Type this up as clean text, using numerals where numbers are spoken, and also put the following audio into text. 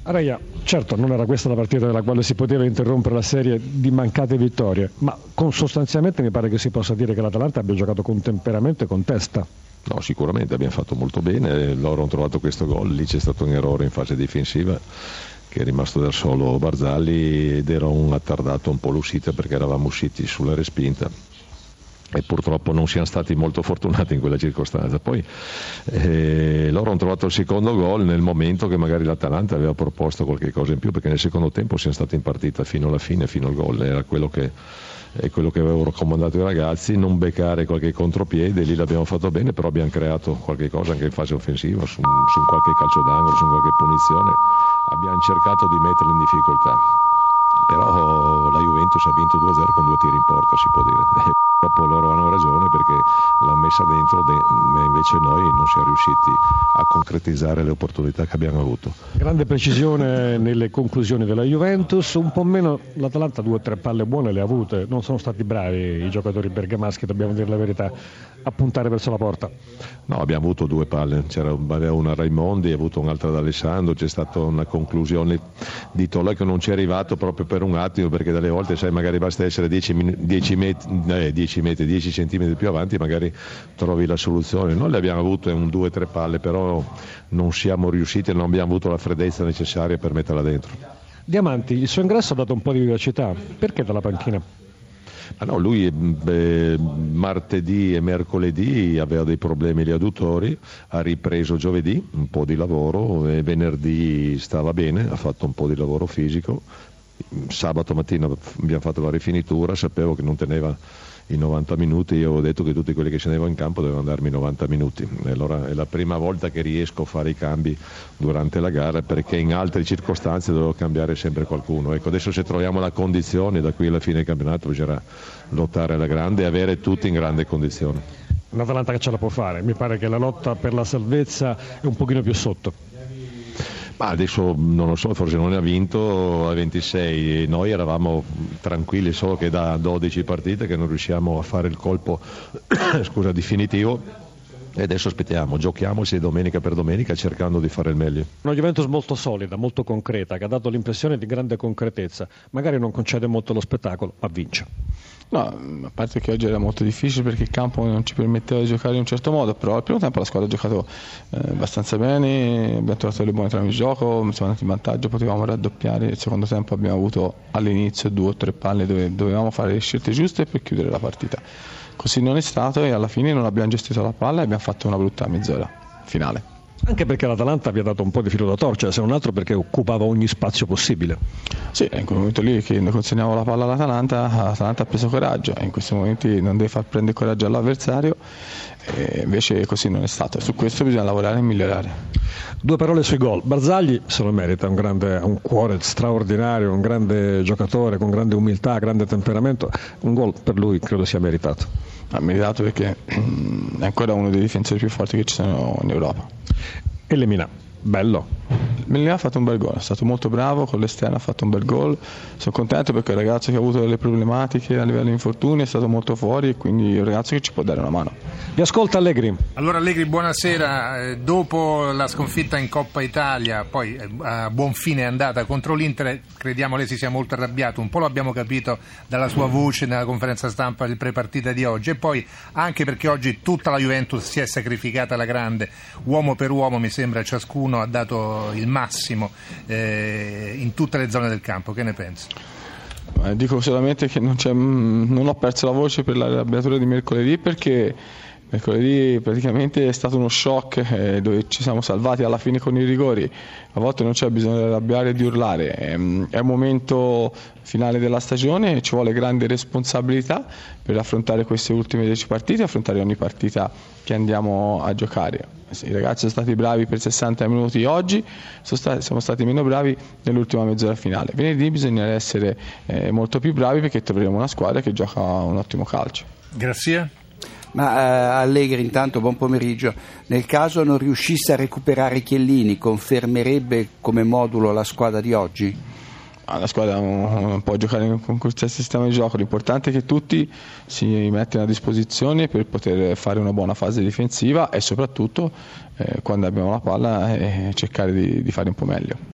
Reia, certo non era questa la partita nella quale si poteva interrompere la serie di mancate vittorie, ma sostanzialmente mi pare che si possa dire che l'Atalanta abbia giocato con temperamento e con testa. No, sicuramente abbiamo fatto molto bene, loro hanno trovato questo gol, lì c'è stato un errore in fase difensiva che è rimasto da solo Barzagli ed era un attardato un po' l'uscita perché eravamo usciti sulla respinta e purtroppo non siamo stati molto fortunati in quella circostanza. Poi loro hanno trovato il secondo gol nel momento che magari l'Atalanta aveva proposto qualche cosa in più, perché nel secondo tempo siamo stati in partita fino alla fine, fino al gol, era quello che avevo raccomandato ai ragazzi, non beccare qualche contropiede, lì l'abbiamo fatto bene, però abbiamo creato qualche cosa anche in fase offensiva, su qualche calcio d'angolo, su qualche punizione, abbiamo cercato di metterli in difficoltà, però la Juventus ha vinto 2-0 con 2 tiri in porta, si può dire. Purtroppo loro hanno ragione perché l'hanno messa dentro, ma invece noi non siamo riusciti a concretizzare le opportunità che abbiamo avuto. Grande precisione nelle conclusioni della Juventus, un po' meno l'Atalanta 2 o 3 palle buone le ha avute, non sono stati bravi i giocatori bergamaschi, dobbiamo dire la verità, a puntare verso la porta. No, abbiamo avuto 2 palle, aveva una Raimondi, ha avuto un'altra da Alessandro, c'è stata una conclusione di Tola che non ci è arrivato proprio per un attimo, perché delle volte sai magari basta essere 10 centimetri più avanti, magari trovi la soluzione. Noi le abbiamo avute un 2-3 palle, però non siamo riusciti e non abbiamo avuto la freddezza necessaria per metterla dentro. Diamanti, il suo ingresso ha dato un po' di vivacità, perché dalla panchina? No, lui martedì e mercoledì aveva dei problemi agli aduttori, ha ripreso giovedì un po' di lavoro e venerdì stava bene, ha fatto un po' di lavoro fisico. Sabato mattina abbiamo fatto la rifinitura, sapevo che non teneva i 90 minuti, io avevo detto che tutti quelli che scendevano in campo dovevano darmi 90 minuti, e allora è la prima volta che riesco a fare i cambi durante la gara, perché in altre circostanze dovevo cambiare sempre qualcuno. Ecco, adesso se troviamo la condizione da qui alla fine del campionato bisognerà lottare alla grande e avere tutti in grande condizione. L'Atalanta che ce la può fare, mi pare che la lotta per la salvezza è un pochino più sotto. Ma adesso non lo so, forse non ne ha vinto a 26 e noi eravamo tranquilli, solo che da 12 partite che non riusciamo a fare il colpo definitivo, e adesso aspettiamo, giochiamoci domenica per domenica cercando di fare il meglio. Una Juventus molto solida, molto concreta, che ha dato l'impressione di grande concretezza, magari non concede molto lo spettacolo, ma vince. No, a parte che oggi era molto difficile perché il campo non ci permetteva di giocare in un certo modo, però al primo tempo la squadra ha giocato abbastanza bene, abbiamo trovato le buone trame di gioco, siamo andati in vantaggio, potevamo raddoppiare. Il secondo tempo abbiamo avuto all'inizio 2 o 3 palle dove dovevamo fare le scelte giuste per chiudere la partita. Così non è stato e alla fine non abbiamo gestito la palla e abbiamo fatto una brutta mezz'ora finale. Anche perché l'Atalanta vi ha dato un po' di filo da torcere, se non altro perché occupava ogni spazio possibile. Sì, in quel momento lì che consegnavo la palla all'Atalanta, l'Atalanta ha preso coraggio e in questi momenti non deve far prendere coraggio all'avversario, e invece così non è stato. Su questo bisogna lavorare e migliorare. 2 parole sui gol. Barzagli se lo merita, ha un cuore straordinario, un grande giocatore con grande umiltà, grande temperamento. Un gol per lui credo sia meritato. Ha meritato perché è ancora uno dei difensori più forti che ci sono in Europa. E Lemina, bello. Lemina ha fatto un bel gol, è stato molto bravo, con l'esterno ha fatto un bel gol. Sono contento perché il ragazzo che ha avuto delle problematiche a livello di infortuni è stato molto fuori e quindi è un ragazzo che ci può dare una mano. Vi ascolta Allegri. Allora Allegri, buonasera. Dopo la sconfitta in Coppa Italia, poi a buon fine è andata contro l'Inter, crediamo lei si sia molto arrabbiato, un po' lo abbiamo capito dalla sua voce nella conferenza stampa del prepartita di oggi, e poi anche perché oggi tutta la Juventus si è sacrificata alla grande, uomo per uomo mi sembra, ciascuno ha dato il massimo in tutte le zone del campo. Che ne pensi? Dico solamente che non ho perso la voce per l'arrabbiatura di mercoledì, perché mercoledì praticamente è stato uno shock dove ci siamo salvati alla fine con i rigori. A volte non c'è bisogno di arrabbiare e di urlare, è un momento finale della stagione, ci vuole grande responsabilità per affrontare queste ultime 10 partite, affrontare ogni partita che andiamo a giocare. I ragazzi sono stati bravi per 60 minuti oggi, siamo stati meno bravi nell'ultima mezz'ora finale. Venerdì bisognerà essere molto più bravi perché troveremo una squadra che gioca un ottimo calcio. Grazie. Ma Allegri, intanto buon pomeriggio. Nel caso non riuscisse a recuperare Chiellini, confermerebbe come modulo la squadra di oggi? La squadra non può giocare con questo sistema di gioco, l'importante è che tutti si mettano a disposizione per poter fare una buona fase difensiva e soprattutto quando abbiamo la palla cercare di fare un po' meglio.